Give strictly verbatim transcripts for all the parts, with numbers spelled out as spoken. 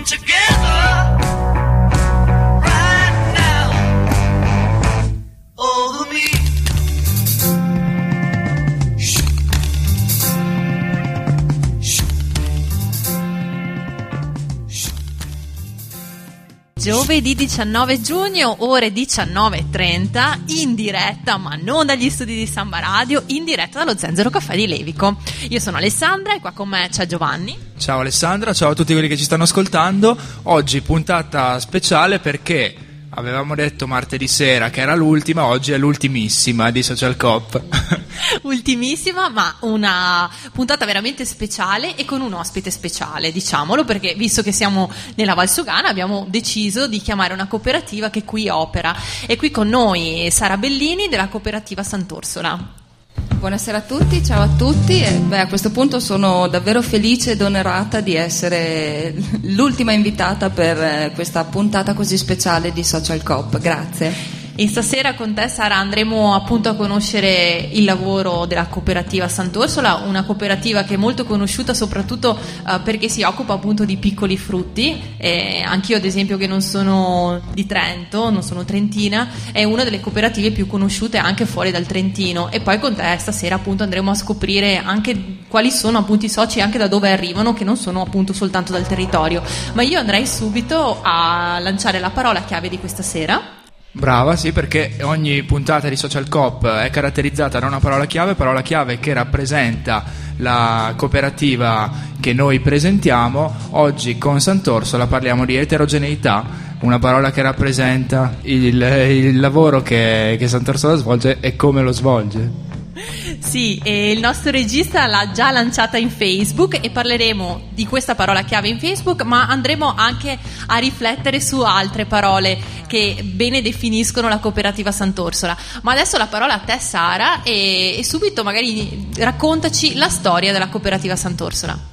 together right now over me. Giovedì diciannove giugno, ore diciannove e trenta, in diretta, ma non dagli studi di Samba Radio, in diretta dallo Zenzero Caffè di Levico. Io sono Alessandra e qua con me c'è Giovanni. Ciao Alessandra, ciao a tutti quelli che ci stanno ascoltando. Oggi puntata speciale perché avevamo detto martedì sera che era l'ultima, oggi è l'ultimissima di Social Coop. Ultimissima, ma una puntata veramente speciale e con un ospite speciale, diciamolo, perché visto che siamo nella Valsugana abbiamo deciso di chiamare una cooperativa che qui opera. E qui con noi Sara Bellini della cooperativa Sant'Orsola. Buonasera a tutti, ciao a tutti. E, beh, a questo punto sono davvero felice ed onorata di essere l'ultima invitata per questa puntata così speciale di Social Coop. Grazie. E stasera con te, Sara, andremo appunto a conoscere il lavoro della cooperativa Sant'Orsola, una cooperativa che è molto conosciuta soprattutto uh, perché si occupa appunto di piccoli frutti. E anch'io ad esempio, che non sono di Trento, non sono trentina, è una delle cooperative più conosciute anche fuori dal Trentino. E poi con te stasera appunto andremo a scoprire anche quali sono appunto i soci, anche da dove arrivano, che non sono appunto soltanto dal territorio. Ma io andrei subito a lanciare la parola chiave di questa sera. Brava, sì, perché ogni puntata di Social Coop è caratterizzata da una parola chiave, parola chiave che rappresenta la cooperativa che noi presentiamo. Oggi con Sant'Orsola parliamo di eterogeneità, una parola che rappresenta il, il lavoro che, che Sant'Orsola svolge e come lo svolge. Sì, e il nostro regista l'ha già lanciata in Facebook e parleremo di questa parola chiave in Facebook, ma andremo anche a riflettere su altre parole che bene definiscono la cooperativa Sant'Orsola. Ma adesso la parola a te, Sara, e, e subito magari raccontaci la storia della cooperativa Sant'Orsola.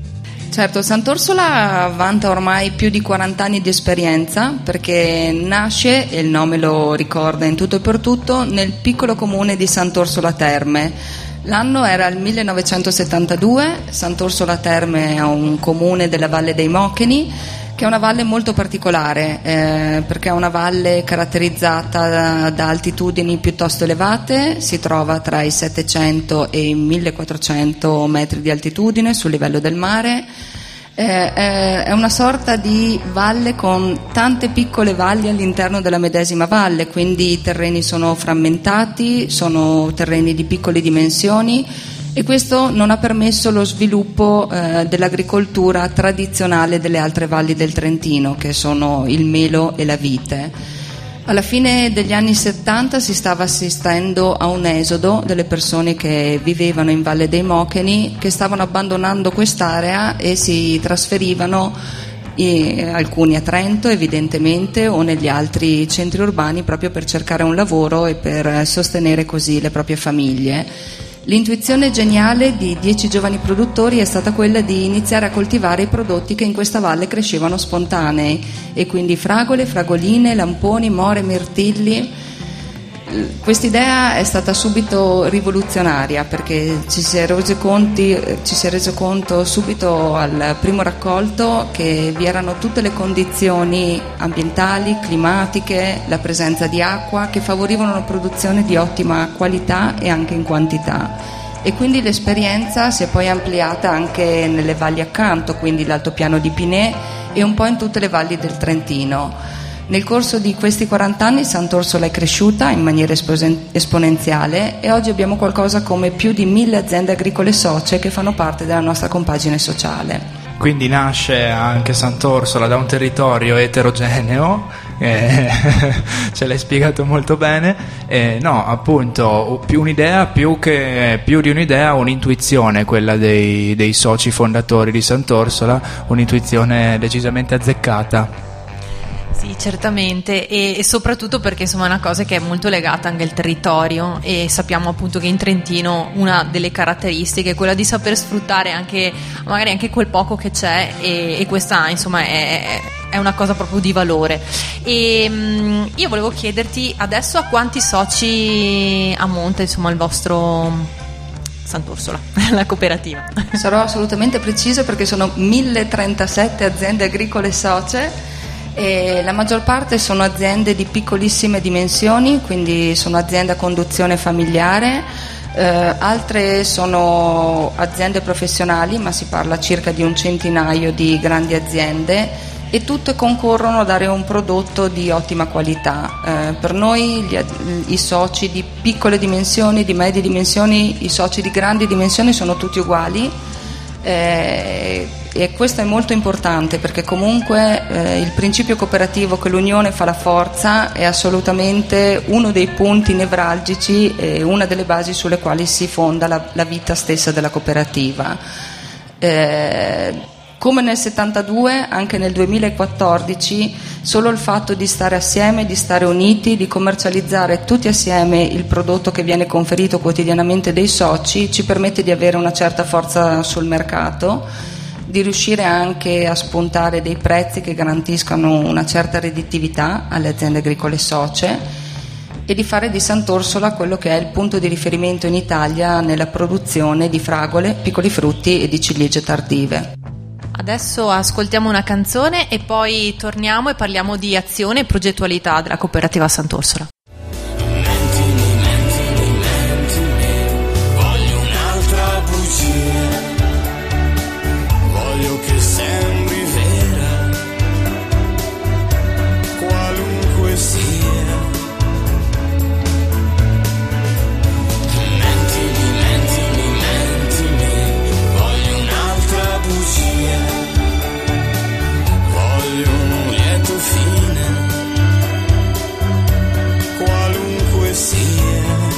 Certo, Sant'Orsola vanta ormai più di quaranta anni di esperienza, perché nasce, e il nome lo ricorda in tutto e per tutto, nel piccolo comune di Sant'Orsola Terme. L'anno era il millenovecentosettantadue. Sant'Orsola Terme è un comune della Valle dei Mocheni, che è una valle molto particolare, eh, perché è una valle caratterizzata da, da altitudini piuttosto elevate. Si trova tra i settecento e i millequattrocento metri di altitudine sul livello del mare. Eh, è una sorta di valle con tante piccole valli all'interno della medesima valle, quindi i terreni sono frammentati, sono terreni di piccole dimensioni, e questo non ha permesso lo sviluppo eh, dell'agricoltura tradizionale delle altre valli del Trentino, che sono il melo e la vite. Alla fine degli anni settanta si stava assistendo a un esodo delle persone che vivevano in Valle dei Mocheni, che stavano abbandonando quest'area e si trasferivano, eh, alcuni a Trento evidentemente, o negli altri centri urbani, proprio per cercare un lavoro e per sostenere così le proprie famiglie. L'intuizione geniale di dieci giovani produttori è stata quella di iniziare a coltivare i prodotti che in questa valle crescevano spontanei, e quindi fragole, fragoline, lamponi, more, mirtilli. Quest'idea è stata subito rivoluzionaria, perché ci si è reso conti, ci si è reso conto subito al primo raccolto che vi erano tutte le condizioni ambientali, climatiche, la presenza di acqua, che favorivano una produzione di ottima qualità e anche in quantità. E quindi l'esperienza si è poi ampliata anche nelle valli accanto, quindi l'altopiano di Pinè e un po' in tutte le valli del Trentino. Nel corso di questi quaranta anni Sant'Orsola è cresciuta in maniera esponenziale, e oggi abbiamo qualcosa come più di mille aziende agricole socie che fanno parte della nostra compagine sociale. Quindi nasce anche Sant'Orsola da un territorio eterogeneo, eh, ce l'hai spiegato molto bene. Eh, no, appunto, più un'idea, più che più di un'idea, un'intuizione, quella dei, dei soci fondatori di Sant'Orsola, un'intuizione decisamente azzeccata. Sì, certamente, e, e soprattutto perché insomma è una cosa che è molto legata anche al territorio, e sappiamo appunto che in Trentino una delle caratteristiche è quella di saper sfruttare anche magari anche quel poco che c'è, e, e questa insomma è, è una cosa proprio di valore. E mh, io volevo chiederti adesso a quanti soci ammonta insomma il vostro Sant'Orsola, la cooperativa? Sarò assolutamente precisa perché sono mille trentasette aziende agricole socie e la maggior parte sono aziende di piccolissime dimensioni, quindi sono aziende a conduzione familiare, eh, altre sono aziende professionali, ma si parla circa di un centinaio di grandi aziende e tutte concorrono a dare un prodotto di ottima qualità. Eh, per noi gli, i soci di piccole dimensioni, di medie dimensioni, i soci di grandi dimensioni sono tutti uguali, eh, e questo è molto importante perché comunque eh, il principio cooperativo che l'unione fa la forza è assolutamente uno dei punti nevralgici e una delle basi sulle quali si fonda la, la vita stessa della cooperativa. Eh, Come nel settantadue, anche nel duemilaquattordici, solo il fatto di stare assieme, di stare uniti, di commercializzare tutti assieme il prodotto che viene conferito quotidianamente dai soci ci permette di avere una certa forza sul mercato, di riuscire anche a spuntare dei prezzi che garantiscano una certa redditività alle aziende agricole socie e di fare di Sant'Orsola quello che è il punto di riferimento in Italia nella produzione di fragole, piccoli frutti e di ciliegie tardive. Adesso ascoltiamo una canzone e poi torniamo e parliamo di azione e progettualità della cooperativa Sant'Orsola. Mentimi, mentimi, mentimi, voglio un'altra bugia, voglio che sembri vera, qualunque sia. Mentimi, mentimi, mentimi, voglio un'altra bugia, voglio un lieto fine, qualunque sia.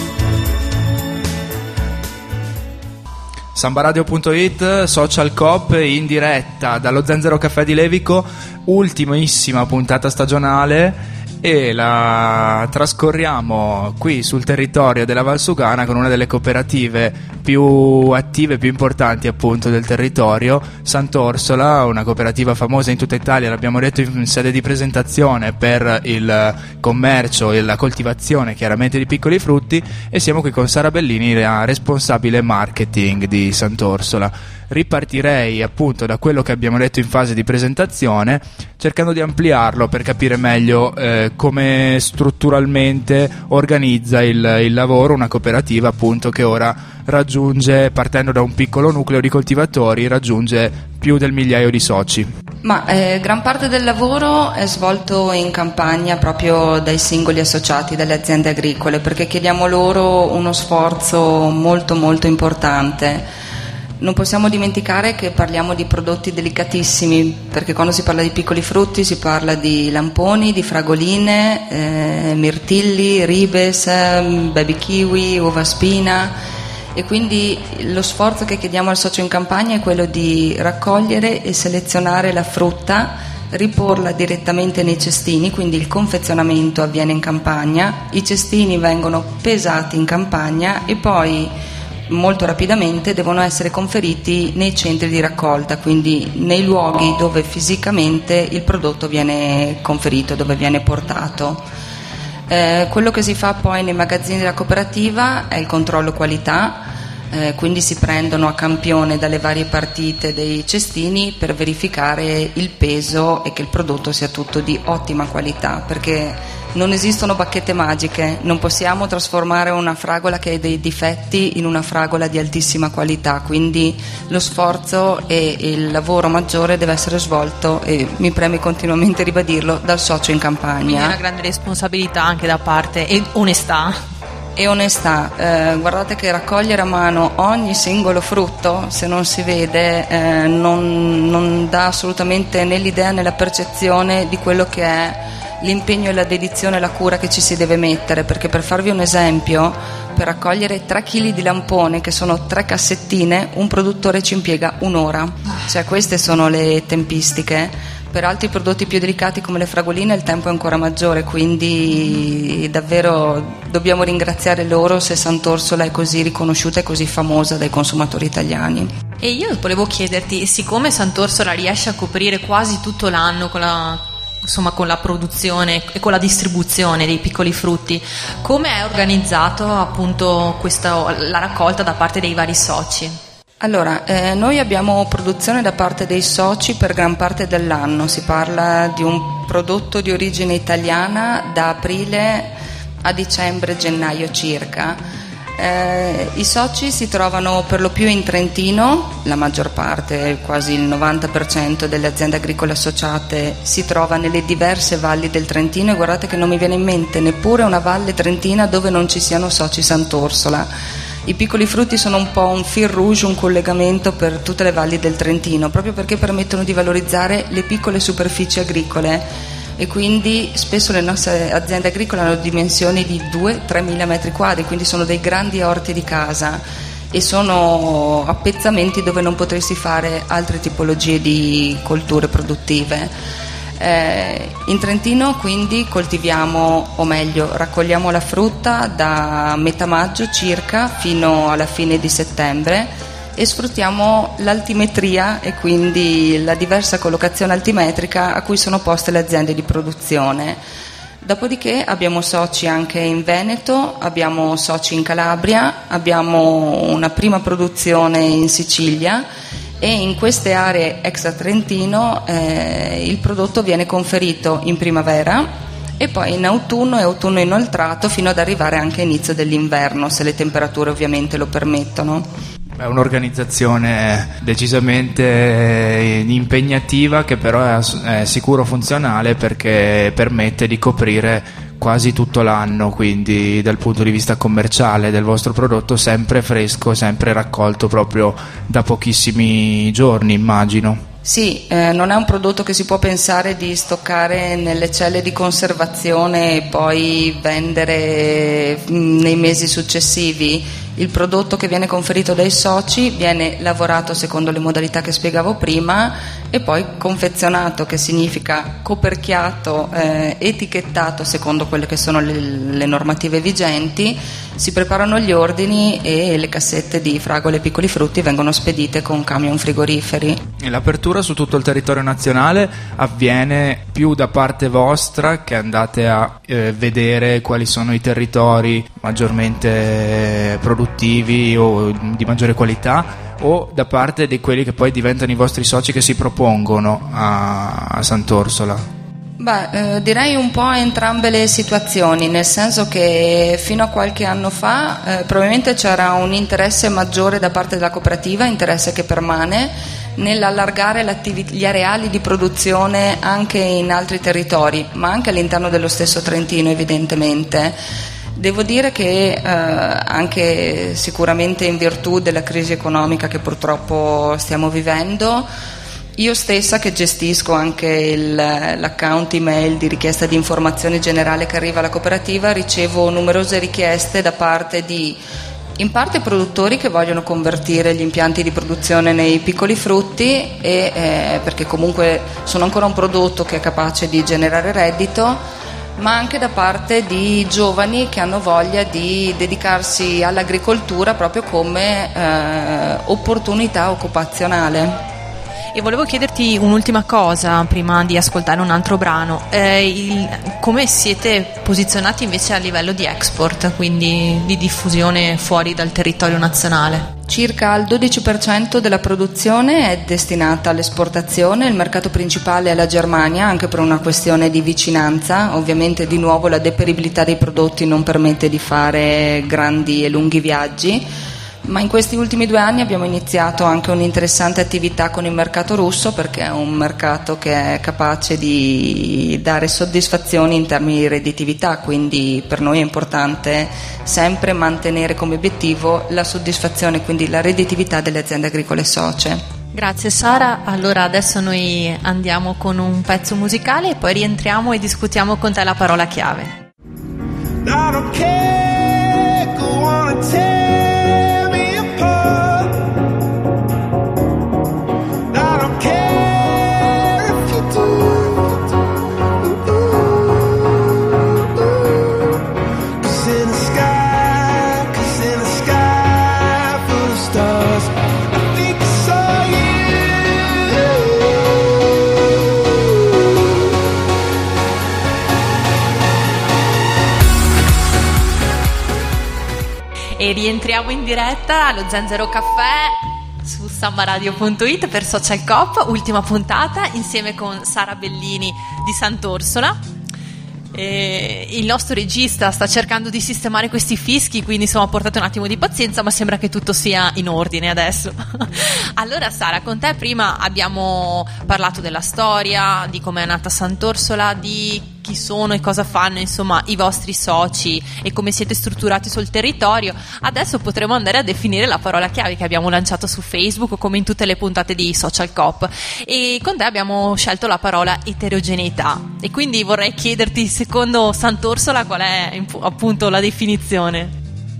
Sambaradio punto it, Social Coop in diretta dallo Zenzero Caffè di Levico, ultimissima puntata stagionale, e la trascorriamo qui sul territorio della Valsugana con una delle cooperative più attive, più importanti appunto del territorio, Sant'Orsola, una cooperativa famosa in tutta Italia, l'abbiamo detto in sede di presentazione, per il commercio e la coltivazione chiaramente di piccoli frutti, e siamo qui con Sara Bellini, la responsabile marketing di Sant'Orsola. Ripartirei appunto da quello che abbiamo detto in fase di presentazione, cercando di ampliarlo per capire meglio eh, come strutturalmente organizza il, il lavoro una cooperativa appunto che ora raggiunge, partendo da un piccolo nucleo di coltivatori, raggiunge più del migliaio di soci. Ma eh, gran parte del lavoro è svolto in campagna proprio dai singoli associati delle aziende agricole, perché chiediamo loro uno sforzo molto molto importante. Non possiamo dimenticare che parliamo di prodotti delicatissimi, perché quando si parla di piccoli frutti si parla di lamponi, di fragoline, eh, mirtilli, ribes, baby kiwi, uva spina, e quindi lo sforzo che chiediamo al socio in campagna è quello di raccogliere e selezionare la frutta, riporla direttamente nei cestini, quindi il confezionamento avviene in campagna, i cestini vengono pesati in campagna e poi molto rapidamente devono essere conferiti nei centri di raccolta, quindi nei luoghi dove fisicamente il prodotto viene conferito, dove viene portato. Eh, quello che si fa poi nei magazzini della cooperativa è il controllo qualità, eh, quindi si prendono a campione dalle varie partite dei cestini per verificare il peso e che il prodotto sia tutto di ottima qualità, perché non esistono bacchette magiche, non possiamo trasformare una fragola che ha dei difetti in una fragola di altissima qualità, quindi lo sforzo e il lavoro maggiore deve essere svolto, e mi preme continuamente ribadirlo, dal socio in campagna. Quindi una grande responsabilità anche da parte e onestà. E onestà, eh, guardate che raccogliere a mano ogni singolo frutto, se non si vede, eh, non, non dà assolutamente né l'idea né la percezione di quello che è l'impegno e la dedizione e la cura che ci si deve mettere, perché per farvi un esempio, per raccogliere tre chili di lampone, che sono tre cassettine, un produttore ci impiega un'ora, cioè queste sono le tempistiche. Per altri prodotti più delicati come le fragoline il tempo è ancora maggiore, quindi davvero dobbiamo ringraziare loro se Sant'Orsola è così riconosciuta e così famosa dai consumatori italiani. E io volevo chiederti, siccome Sant'Orsola riesce a coprire quasi tutto l'anno con la insomma con la produzione e con la distribuzione dei piccoli frutti. Come è organizzato appunto questa, la raccolta da parte dei vari soci? Allora, eh, noi abbiamo produzione da parte dei soci per gran parte dell'anno, si parla di un prodotto di origine italiana da aprile a dicembre, gennaio circa. Eh, I soci si trovano per lo più in Trentino, la maggior parte, quasi il novanta per cento delle aziende agricole associate si trova nelle diverse valli del Trentino, e guardate che non mi viene in mente neppure una valle trentina dove non ci siano soci Sant'Orsola. I piccoli frutti sono un po' un fil rouge, un collegamento per tutte le valli del Trentino, proprio perché permettono di valorizzare le piccole superfici agricole, e quindi spesso le nostre aziende agricole hanno dimensioni di due tre mila metri quadri, quindi sono dei grandi orti di casa e sono appezzamenti dove non potresti fare altre tipologie di colture produttive. Eh, in Trentino quindi coltiviamo, o meglio raccogliamo la frutta da metà maggio circa fino alla fine di settembre, e sfruttiamo l'altimetria e quindi la diversa collocazione altimetrica a cui sono poste le aziende di produzione. Dopodiché abbiamo soci anche in Veneto, abbiamo soci in Calabria, abbiamo una prima produzione in Sicilia, e in queste aree extra Trentino eh, il prodotto viene conferito in primavera e poi in autunno e autunno inoltrato, fino ad arrivare anche a inizio dell'inverno, se le temperature ovviamente lo permettono. È un'organizzazione decisamente impegnativa, che però è, è sicuro funzionale, perché permette di coprire quasi tutto l'anno, quindi dal punto di vista commerciale del vostro prodotto sempre fresco, sempre raccolto proprio da pochissimi giorni, immagino. Sì, eh, non è un prodotto che si può pensare di stoccare nelle celle di conservazione e poi vendere mh, nei mesi successivi. Il prodotto che viene conferito dai soci viene lavorato secondo le modalità che spiegavo prima e poi confezionato, che significa coperchiato, eh, etichettato secondo quelle che sono le, le normative vigenti. Si preparano gli ordini e le cassette di fragole e piccoli frutti vengono spedite con camion frigoriferi. E l'apertura su tutto il territorio nazionale avviene più da parte vostra, che andate a eh, vedere quali sono i territori maggiormente produttivi o di maggiore qualità, o da parte di quelli che poi diventano i vostri soci che si propongono a, a Sant'Orsola? Beh, eh, direi un po' entrambe le situazioni, nel senso che fino a qualche anno fa eh, probabilmente c'era un interesse maggiore da parte della cooperativa, interesse che permane, nell'allargare gli areali di produzione anche in altri territori, ma anche all'interno dello stesso Trentino evidentemente. Devo dire che eh, anche sicuramente in virtù della crisi economica che purtroppo stiamo vivendo, io stessa, che gestisco anche il, l'account email di richiesta di informazioni generale che arriva alla cooperativa, ricevo numerose richieste da parte di, in parte, produttori che vogliono convertire gli impianti di produzione nei piccoli frutti, e, eh, perché comunque sono ancora un prodotto che è capace di generare reddito, ma anche da parte di giovani che hanno voglia di dedicarsi all'agricoltura proprio come eh, opportunità occupazionale. E volevo chiederti un'ultima cosa prima di ascoltare un altro brano. Eh, il, come siete posizionati invece a livello di export, quindi di diffusione fuori dal territorio nazionale? Circa il dodici per cento della produzione è destinata all'esportazione, il mercato principale è la Germania, anche per una questione di vicinanza. Ovviamente di nuovo la deperibilità dei prodotti non permette di fare grandi e lunghi viaggi, ma in questi ultimi due anni abbiamo iniziato anche un'interessante attività con il mercato russo, perché è un mercato che è capace di dare soddisfazioni in termini di redditività, quindi per noi è importante sempre mantenere come obiettivo la soddisfazione, quindi la redditività delle aziende agricole socie. Grazie Sara, allora adesso noi andiamo con un pezzo musicale e poi rientriamo e discutiamo con te la parola chiave. I don't care, go on and tear me apart. I don't care if you do. Cause in the sky, cause in the sky full of stars, I think I saw you. E rientriamo in diretta allo Zenzero Caffè su sambaradio punto it per Social Coop, ultima puntata insieme con Sara Bellini di Sant'Orsola. E il nostro regista sta cercando di sistemare questi fischi, quindi insomma portate un attimo di pazienza, ma sembra che tutto sia in ordine adesso. Allora Sara, con te prima abbiamo parlato della storia, di come è nata Sant'Orsola, di chi sono e cosa fanno insomma i vostri soci e come siete strutturati sul territorio. Adesso potremo andare a definire la parola chiave che abbiamo lanciato su Facebook, come in tutte le puntate di Social Coop, e con te abbiamo scelto la parola eterogeneità, e quindi vorrei chiederti, secondo Sant'Orsola, qual è appunto la definizione?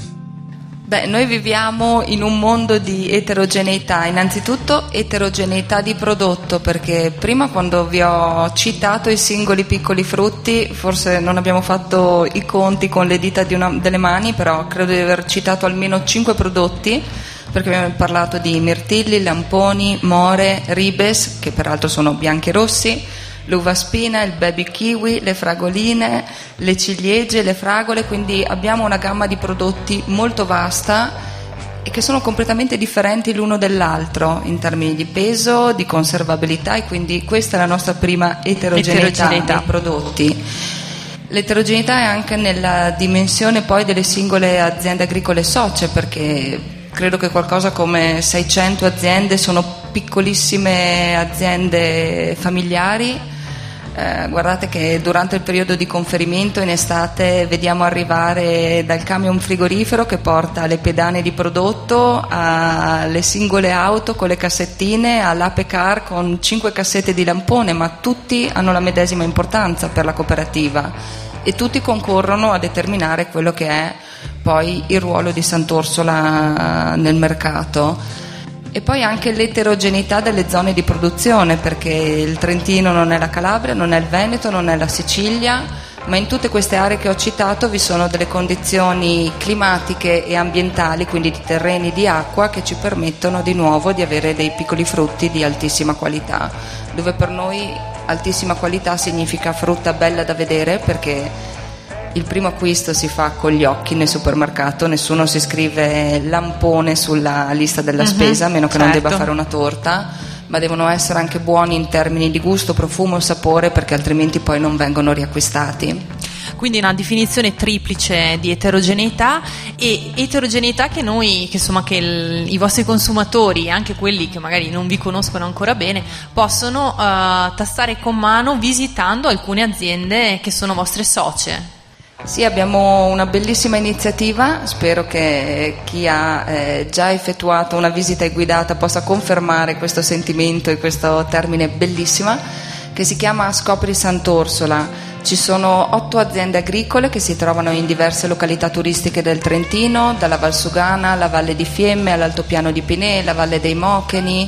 Beh, noi viviamo in un mondo di eterogeneità, innanzitutto eterogeneità di prodotto, perché prima, quando vi ho citato i singoli piccoli frutti, forse non abbiamo fatto i conti con le dita di una, delle mani, però credo di aver citato almeno cinque prodotti, perché abbiamo parlato di mirtilli, lamponi, more, ribes, che peraltro sono bianchi e rossi, l'uva spina, il baby kiwi, le fragoline, le ciliegie, le fragole, quindi abbiamo una gamma di prodotti molto vasta e che sono completamente differenti l'uno dall'altro in termini di peso, di conservabilità, e quindi questa è la nostra prima eterogeneità, eterogeneità. dei prodotti. L'eterogeneità è anche nella dimensione poi delle singole aziende agricole socie, perché credo che qualcosa come seicento aziende sono piccolissime aziende familiari. Eh, guardate che durante il periodo di conferimento in estate vediamo arrivare dal camion frigorifero che porta le pedane di prodotto alle singole auto con le cassettine, all'Ape Car con cinque cassette di lampone, ma tutti hanno la medesima importanza per la cooperativa e tutti concorrono a determinare quello che è poi il ruolo di Sant'Orsola nel mercato. E poi anche l'eterogeneità delle zone di produzione, perché il Trentino non è la Calabria, non è il Veneto, non è la Sicilia, ma in tutte queste aree che ho citato vi sono delle condizioni climatiche e ambientali, quindi di terreni, di acqua, che ci permettono di nuovo di avere dei piccoli frutti di altissima qualità, dove per noi altissima qualità significa frutta bella da vedere, perché il primo acquisto si fa con gli occhi nel supermercato, nessuno si scrive lampone sulla lista della uh-huh, spesa, a meno che certo. non debba fare una torta, ma devono essere anche buoni in termini di gusto, profumo e sapore, perché altrimenti poi non vengono riacquistati. Quindi una definizione triplice di eterogeneità, e eterogeneità che noi, che insomma che il, i vostri consumatori, anche quelli che magari non vi conoscono ancora bene, possono uh, tastare con mano visitando alcune aziende che sono vostre socie. Sì, abbiamo una bellissima iniziativa, spero che chi ha eh, già effettuato una visita guidata possa confermare questo sentimento e questo termine bellissima, che si chiama Scopri Sant'Orsola. Ci sono otto aziende agricole che si trovano in diverse località turistiche del Trentino, dalla Valsugana alla Valle di Fiemme, all'Altopiano di Pinè, la Valle dei Mocheni,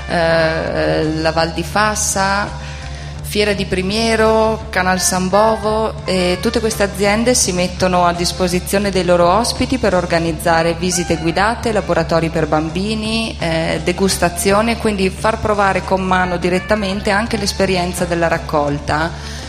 eh, la Val di Fassa, Fiera di Primiero, Canal San Bovo, e tutte queste aziende si mettono a disposizione dei loro ospiti per organizzare visite guidate, laboratori per bambini, eh, degustazione, quindi far provare con mano direttamente anche l'esperienza della raccolta.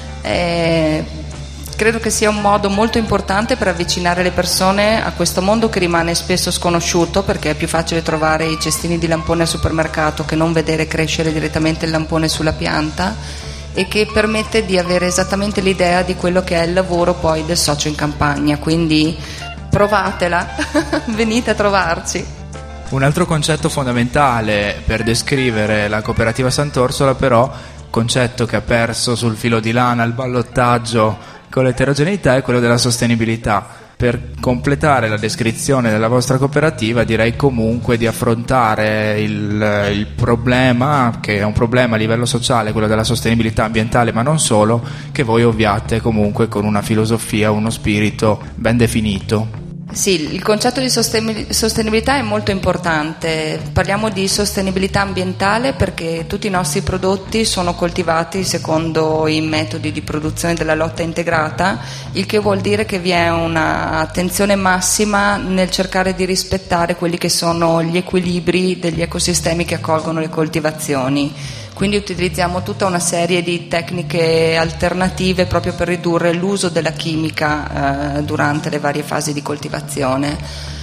Eh, credo che sia un modo molto importante per avvicinare le persone a questo mondo che rimane spesso sconosciuto, perché è più facile trovare i cestini di lampone al supermercato che non vedere crescere direttamente il lampone sulla pianta, e che permette di avere esattamente l'idea di quello che è il lavoro poi del socio in campagna. Quindi provatela, venite a trovarci. Un altro concetto fondamentale per descrivere la cooperativa Sant'Orsola, però, concetto che ha perso sul filo di lana al ballottaggio con l'eterogeneità, è quello della sostenibilità. Per completare la descrizione della vostra cooperativa, direi comunque di affrontare il, il problema, che è un problema a livello sociale, quello della sostenibilità ambientale, ma non solo, che voi ovviate comunque con una filosofia, uno spirito ben definito. Sì, il concetto di sostenibilità è molto importante. Parliamo di sostenibilità ambientale perché tutti i nostri prodotti sono coltivati secondo i metodi di produzione della lotta integrata, il che vuol dire che vi è un'attenzione massima nel cercare di rispettare quelli che sono gli equilibri degli ecosistemi che accolgono le coltivazioni. Quindi utilizziamo tutta una serie di tecniche alternative proprio per ridurre l'uso della chimica eh, durante le varie fasi di coltivazione.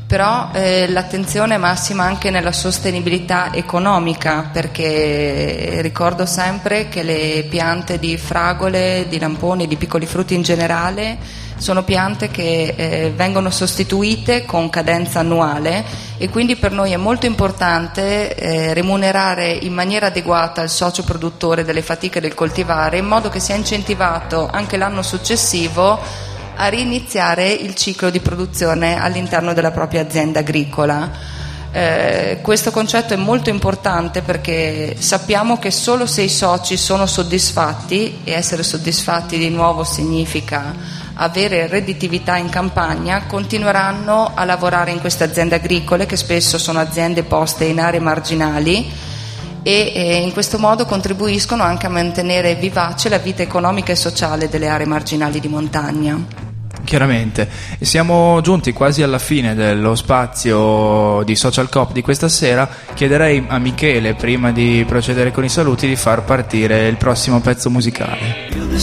però eh, l'attenzione è massima anche nella sostenibilità economica, perché ricordo sempre che le piante di fragole, di lamponi, di piccoli frutti in generale sono piante che eh, vengono sostituite con cadenza annuale, e quindi per noi è molto importante eh, remunerare in maniera adeguata il socio produttore delle fatiche del coltivare, in modo che sia incentivato anche l'anno successivo a riniziare il ciclo di produzione all'interno della propria azienda agricola. Eh, questo concetto è molto importante, perché sappiamo che solo se i soci sono soddisfatti, e essere soddisfatti di nuovo significa avere redditività in campagna, continueranno a lavorare in queste aziende agricole, che spesso sono aziende poste in aree marginali, e eh, in questo modo contribuiscono anche a mantenere vivace la vita economica e sociale delle aree marginali di montagna. Chiaramente. Siamo giunti quasi alla fine dello spazio di Social Coop di questa sera. Chiederei a Michele, prima di procedere con i saluti, di far partire il prossimo pezzo musicale.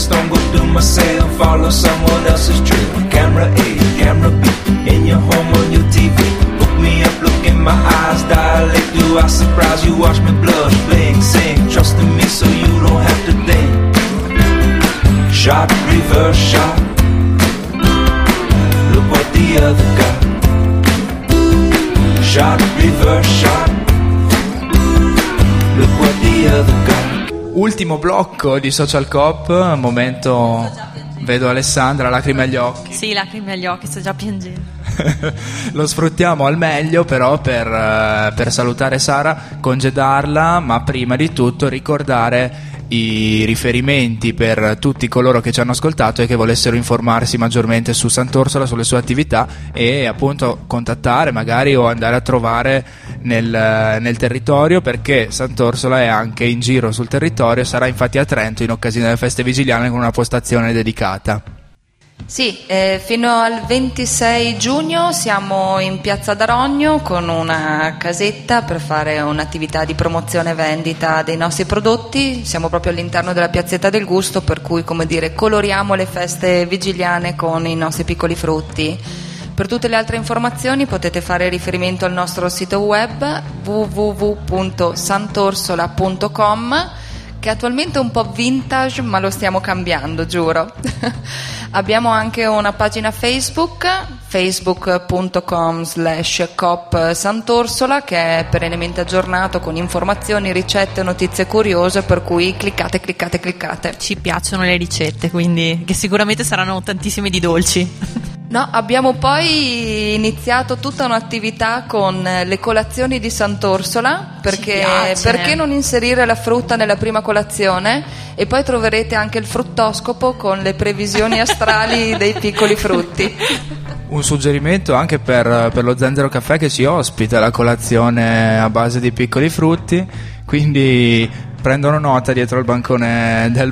Shot, reverse shot. Look what the other got. Shot, reverse shot. Look what the other got. Ultimo blocco di Social Coop, momento, vedo Alessandra, lacrime agli occhi. Sì, lacrime agli occhi, sto già piangendo. Lo sfruttiamo al meglio però per, per salutare Sara, congedarla, ma prima di tutto ricordare i riferimenti per tutti coloro che ci hanno ascoltato e che volessero informarsi maggiormente su Sant'Orsola, sulle sue attività, e appunto contattare magari o andare a trovare nel, nel territorio, perché Sant'Orsola è anche in giro sul territorio. Sarà infatti a Trento in occasione delle feste vigiliane con una postazione dedicata. Sì, eh, fino al ventisei giugno siamo in Piazza d'Arogno con una casetta per fare un'attività di promozione e vendita dei nostri prodotti. Siamo proprio all'interno della Piazzetta del Gusto, per cui, come dire, coloriamo le feste vigiliane con i nostri piccoli frutti. Per tutte le altre informazioni potete fare riferimento al nostro sito web w w w punto sant'orsola punto com, che attualmente è un po' vintage, ma lo stiamo cambiando, giuro. Abbiamo anche una pagina Facebook, facebook punto com slash coop Sant'Orsola, che è perennemente aggiornato con informazioni, ricette, notizie curiose, per cui cliccate, cliccate, cliccate. Ci piacciono le ricette, quindi, che sicuramente saranno tantissime di dolci. No, abbiamo poi iniziato tutta un'attività con le colazioni di Sant'Orsola, perché, perché non inserire la frutta nella prima colazione, e poi troverete anche il fruttoscopo con le previsioni astrali dei piccoli frutti. Un suggerimento anche per, per lo Zenzero Caffè, che ci ospita la colazione a base di piccoli frutti, quindi prendono nota dietro il bancone del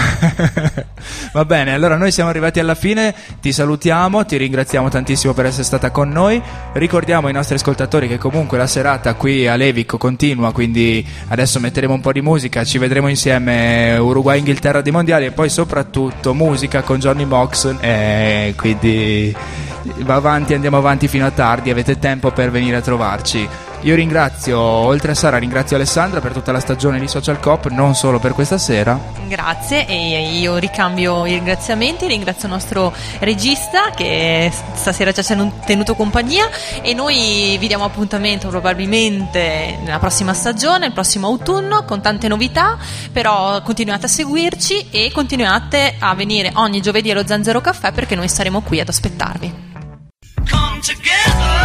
bar. Va bene, allora noi siamo arrivati alla fine, ti salutiamo, ti ringraziamo tantissimo per essere stata con noi. Ricordiamo ai nostri ascoltatori che comunque la serata qui a Levico continua, quindi adesso metteremo un po' di musica, ci vedremo insieme Uruguay-Inghilterra dei mondiali, e poi soprattutto musica con Johnny Mox, e quindi va avanti, andiamo avanti fino a tardi, avete tempo per venire a trovarci. Io ringrazio, oltre a Sara, ringrazio Alessandra per tutta la stagione di Social Coop, non solo per questa sera. Grazie, e io ricambio i ringraziamenti, ringrazio il nostro regista che stasera ci ha tenuto compagnia, e noi vi diamo appuntamento probabilmente nella prossima stagione, il prossimo autunno, con tante novità, però continuate a seguirci e continuate a venire ogni giovedì allo Zenzero Caffè, perché noi saremo qui ad aspettarvi. Come together.